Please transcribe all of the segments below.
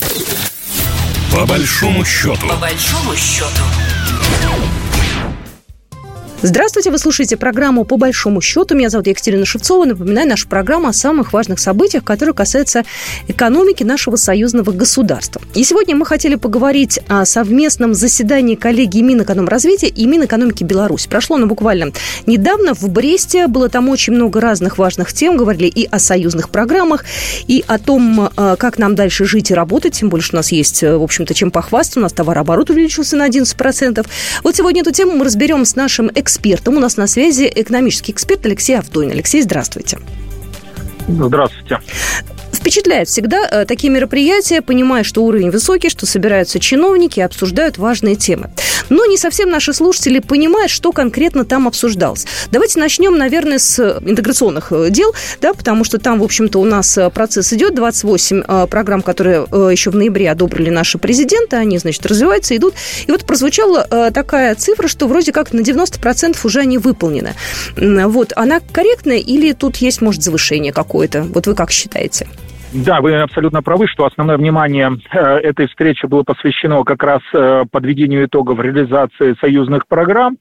По большому счету. По большому счету. Здравствуйте, вы слушаете программу «По большому счету». Меня зовут Екатерина Шевцова. Напоминаю, наша программа о самых важных событиях, которые касаются экономики нашего союзного государства. И сегодня мы хотели поговорить о совместном заседании коллегии Минэкономразвития и Минэкономики Беларуси. Прошло оно буквально недавно в Бресте. Было там очень много разных важных тем. Говорили и о союзных программах, и о том, как нам дальше жить и работать. Тем более, что у нас есть, в общем-то, чем похвастаться. У нас товарооборот увеличился на 11%. Вот сегодня эту тему мы разберем с нашим экспертом. У нас на связи экономический эксперт Алексей Авдонин. Алексей, здравствуйте. Здравствуйте. Впечатляет всегда такие мероприятия, понимая, что уровень высокий, что собираются чиновники и обсуждают важные темы. Но не совсем наши слушатели понимают, что конкретно там обсуждалось. Давайте начнем, наверное, с интеграционных дел, да, потому что там, в общем-то, у нас процесс идет. 28 программ, которые еще в ноябре одобрили наши президенты, они, значит, развиваются, идут. И вот прозвучала такая цифра, что вроде как на 90% уже они выполнены. Вот, она корректная или тут есть, может, завышение какое-то? Вот вы как считаете? Да, вы абсолютно правы, что основное внимание этой встречи было посвящено как раз подведению итогов реализации союзных программ.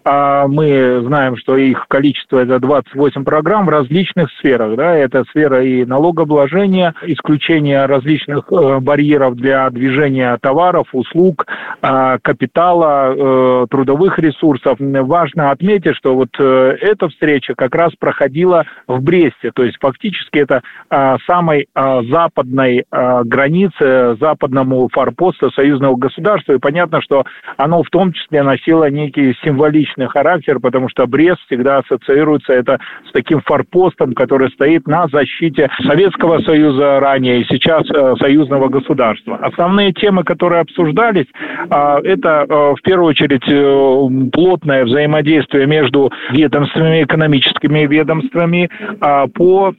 Мы знаем, что их количество – это 28 программ в различных сферах. Да? Это сфера и налогообложения, исключение различных барьеров для движения товаров, услуг, капитала, трудовых ресурсов. Важно отметить, что вот эта встреча как раз проходила в Бресте. То есть фактически это самый западной границе, западному форпосту союзного государства. И понятно, что оно в том числе носило некий символичный характер, потому что Брест всегда ассоциируется это с таким форпостом, который стоит на защите Советского Союза ранее и сейчас союзного государства. Основные темы, которые обсуждались, это в первую очередь плотное взаимодействие между ведомствами, экономическими ведомствами по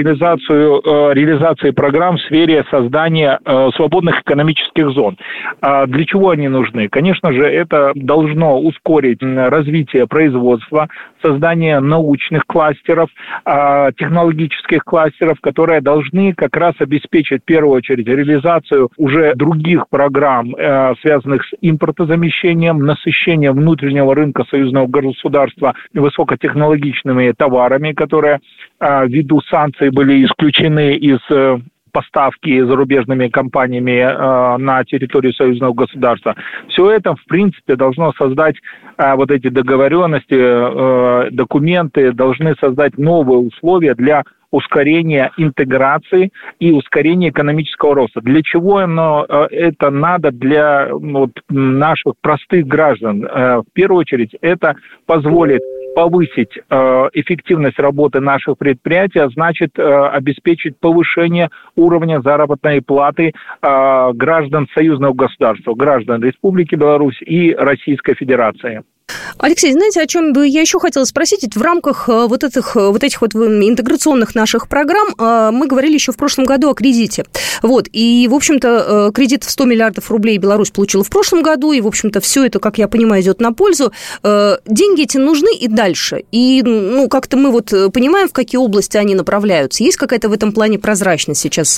реализации программ в сфере создания свободных экономических зон. Для чего они нужны? Конечно же, это должно ускорить развитие производства, создание научных кластеров, технологических кластеров, которые должны как раз обеспечить в первую очередь реализацию уже других программ, связанных с импортозамещением, насыщением внутреннего рынка союзного государства высокотехнологичными товарами, которые ввиду санкций были исключены из поставки зарубежными компаниями на территорию союзного государства. Все это, в принципе, должно создать вот эти договоренности, документы, должны создать новые условия для ускорения интеграции и ускорения экономического роста. Для чего это надо для наших простых граждан? В первую очередь, это позволит повысить эффективность работы наших предприятий, а значит обеспечить повышение уровня заработной платы граждан союзного государства, граждан Республики Беларусь и Российской Федерации. Алексей, знаете, о чем бы я еще хотела спросить? Ведь в рамках вот этих интеграционных наших программ мы говорили еще в прошлом году о кредите. Вот, и, в общем-то, кредит в 100 миллиардов рублей Беларусь получила в прошлом году, и, в общем-то, все это, как я понимаю, идет на пользу. Деньги эти нужны и дальше. И, как-то мы понимаем, в какие области они направляются. Есть какая-то в этом плане прозрачность сейчас?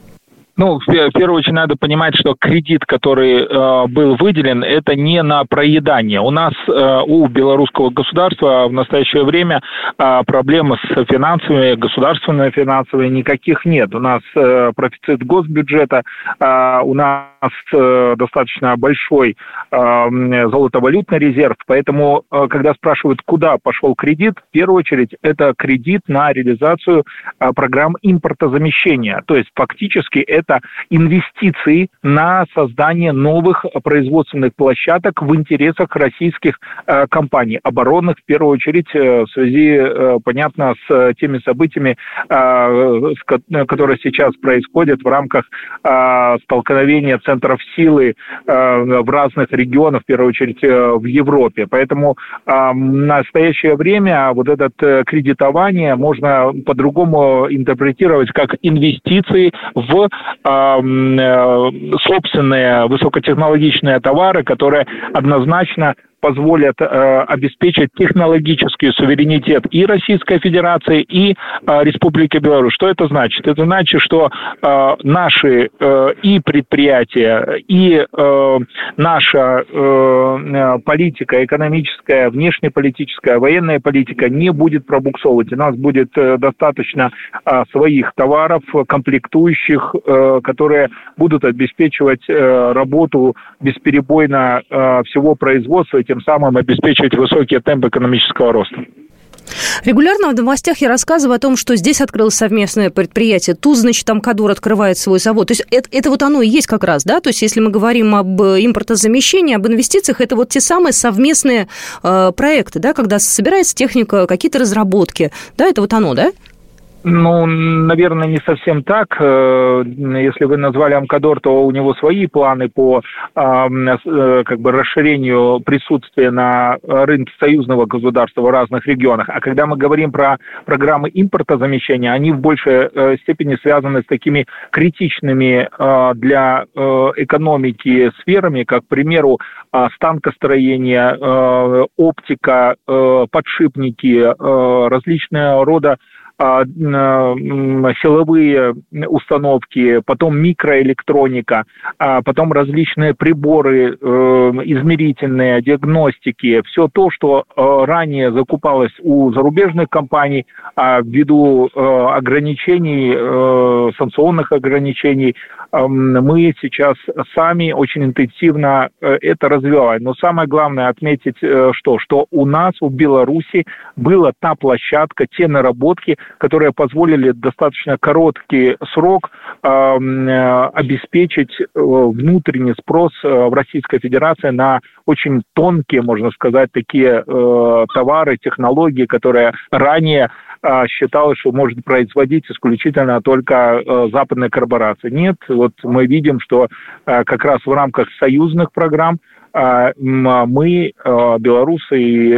В первую очередь надо понимать, что кредит, который был выделен, это не на проедание. У нас, у белорусского государства в настоящее время проблем с финансовыми, государственными финансовыми никаких нет. У нас профицит госбюджета, у нас достаточно большой золотовалютный резерв, поэтому, когда спрашивают, куда пошел кредит, в первую очередь это кредит на реализацию программ импортозамещения. То есть фактически это инвестиции на создание новых производственных площадок в интересах российских компаний, оборонных, в первую очередь, в связи, понятно, с теми событиями, которые сейчас происходят в рамках столкновения центров силы в разных регионах, в первую очередь в Европе. Поэтому в настоящее время вот это кредитование можно по-другому интерпретировать как инвестиции в собственные высокотехнологичные товары, которые однозначно позволят обеспечить технологический суверенитет и Российской Федерации, и Республики Беларусь. Что это значит? Это значит, что наши и предприятия, и наша политика экономическая, внешнеполитическая, военная политика не будет пробуксовывать. У нас будет достаточно своих товаров, комплектующих, которые будут обеспечивать работу бесперебойно всего производства и тем самым обеспечивать высокие темпы экономического роста. Регулярно в новостях я рассказываю о том, что здесь открылось совместное предприятие. Тут, значит, Амкадор открывает свой завод. То есть это вот оно и есть как раз, да? То есть если мы говорим об импортозамещении, об инвестициях, это вот те самые совместные проекты, да, когда собирается техника, какие-то разработки. Да, это вот оно, да? Ну, наверное, не совсем так. Если вы назвали Амкадор, то у него свои планы по расширению присутствия на рынке союзного государства в разных регионах. А когда мы говорим про программы импортозамещения, они в большей степени связаны с такими критичными для экономики сферами, как, к примеру, станкостроение, оптика, подшипники, различного рода силовые установки, потом микроэлектроника, потом различные приборы измерительные, диагностики, все то, что ранее закупалось у зарубежных компаний ввиду ограничений, санкционных ограничений, мы сейчас сами очень интенсивно это развиваем. Но самое главное отметить, что у нас в Беларуси была та площадка, те наработки, которые позволили достаточно короткий срок обеспечить внутренний спрос в Российской Федерации на очень тонкие, можно сказать, такие товары, технологии, которые ранее считалось, что может производить исключительно только западные корпорации. Нет, вот мы видим, что как раз в рамках союзных программ мы, белорусы и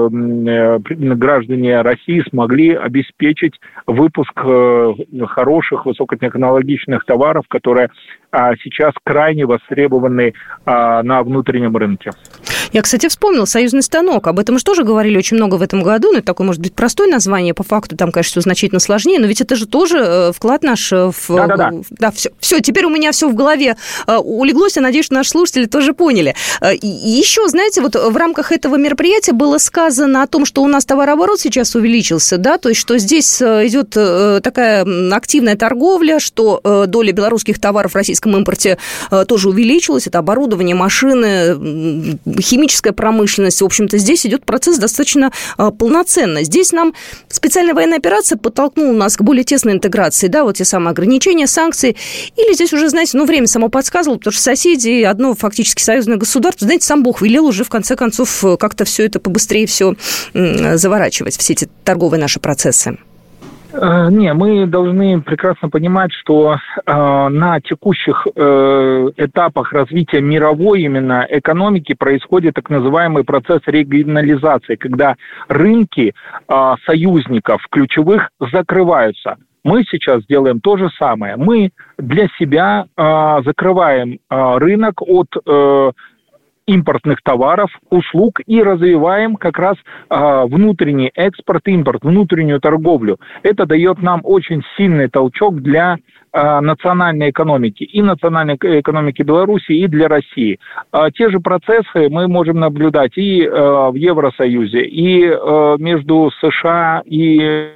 граждане России, смогли обеспечить выпуск хороших высокотехнологичных товаров, которые сейчас крайне востребованы на внутреннем рынке. Я, кстати, вспомнил союзный станок. Об этом мы же тоже говорили очень много в этом году. Но это такое, может быть, простое название. По факту там, конечно, все значительно сложнее. Но ведь это же тоже вклад наш в... Да, все, теперь у меня все в голове улеглось. Я надеюсь, что наши слушатели тоже поняли. И еще, знаете, вот в рамках этого мероприятия было сказано о том, что у нас товарооборот сейчас увеличился, да, то есть что здесь идет такая активная торговля, что доля белорусских товаров в российском импорте тоже увеличилась. Это оборудование, машины, химическая промышленность. В общем-то, здесь идет процесс достаточно полноценно. Здесь нам специальная военная операция подтолкнула нас к более тесной интеграции, да, вот те самые ограничения, санкции. Или здесь уже, знаете, время само подсказывало, потому что соседи, одно фактически союзное государство, знаете, сам Бог велел уже, в конце концов, как-то все это побыстрее все заворачивать, все эти торговые наши процессы. Не, мы должны прекрасно понимать, что на текущих этапах развития мировой именно экономики происходит так называемый процесс регионализации, когда рынки союзников ключевых закрываются. Мы сейчас делаем то же самое. Мы для себя закрываем рынок от импортных товаров, услуг и развиваем как раз внутренний экспорт, импорт, внутреннюю торговлю. Это дает нам очень сильный толчок для национальной экономики, и национальной экономики Беларуси, и для России. Те же процессы мы можем наблюдать и в Евросоюзе, и между США и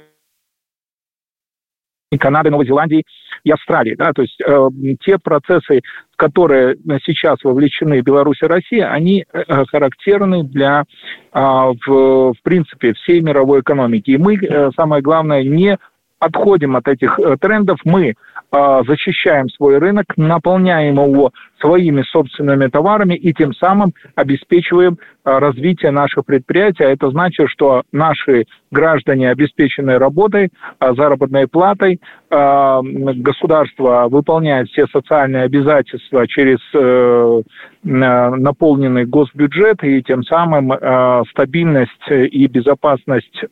Канадой, Новой Зеландией и Австралией. Да? То есть те процессы, в которые сейчас вовлечены Беларусь и Россия, они характерны для, в принципе, всей мировой экономики. И мы, самое главное, не отходим от этих трендов, мы защищаем свой рынок, наполняем его своими собственными товарами и тем самым обеспечиваем развитие наших предприятий. Это значит, что наши граждане обеспечены работой, заработной платой, государство выполняет все социальные обязательства через наполненный госбюджет, и тем самым стабильность и безопасность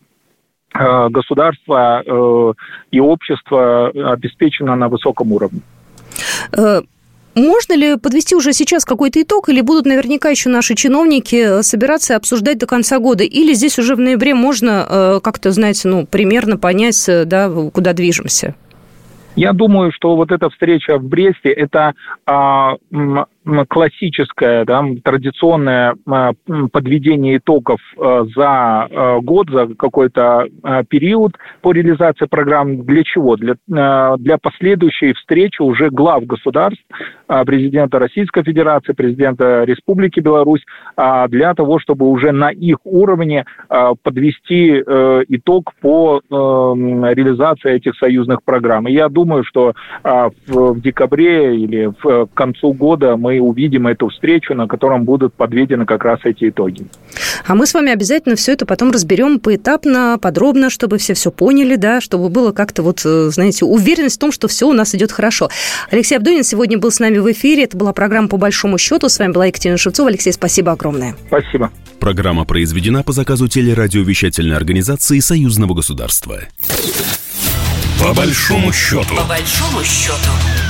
государства и общества обеспечено на высоком уровне. Можно ли подвести уже сейчас какой-то итог, или будут наверняка еще наши чиновники собираться и обсуждать до конца года? Или здесь уже в ноябре можно как-то, знаете, примерно понять, да, куда движемся? Я думаю, что вот эта встреча в Бресте – это классическое, да, традиционное подведение итогов за год, за какой-то период по реализации программ. Для чего? Для последующей встречи уже глав государств, президента Российской Федерации, президента Республики Беларусь, для того, чтобы уже на их уровне подвести итог по реализации этих союзных программ. И я думаю, что в декабре или в концу года мы увидим эту встречу, на котором будут подведены как раз эти итоги. А мы с вами обязательно все это потом разберем поэтапно, подробно, чтобы все поняли, да, чтобы было как-то знаете, уверенность в том, что все у нас идет хорошо. Алексей Абдонин сегодня был с нами в эфире. Это была программа «По большому счету». С вами была Екатерина Шевцова. Алексей, спасибо огромное. Спасибо. Программа произведена по заказу телерадиовещательной организации Союзного государства. По большому счету. По большому счету.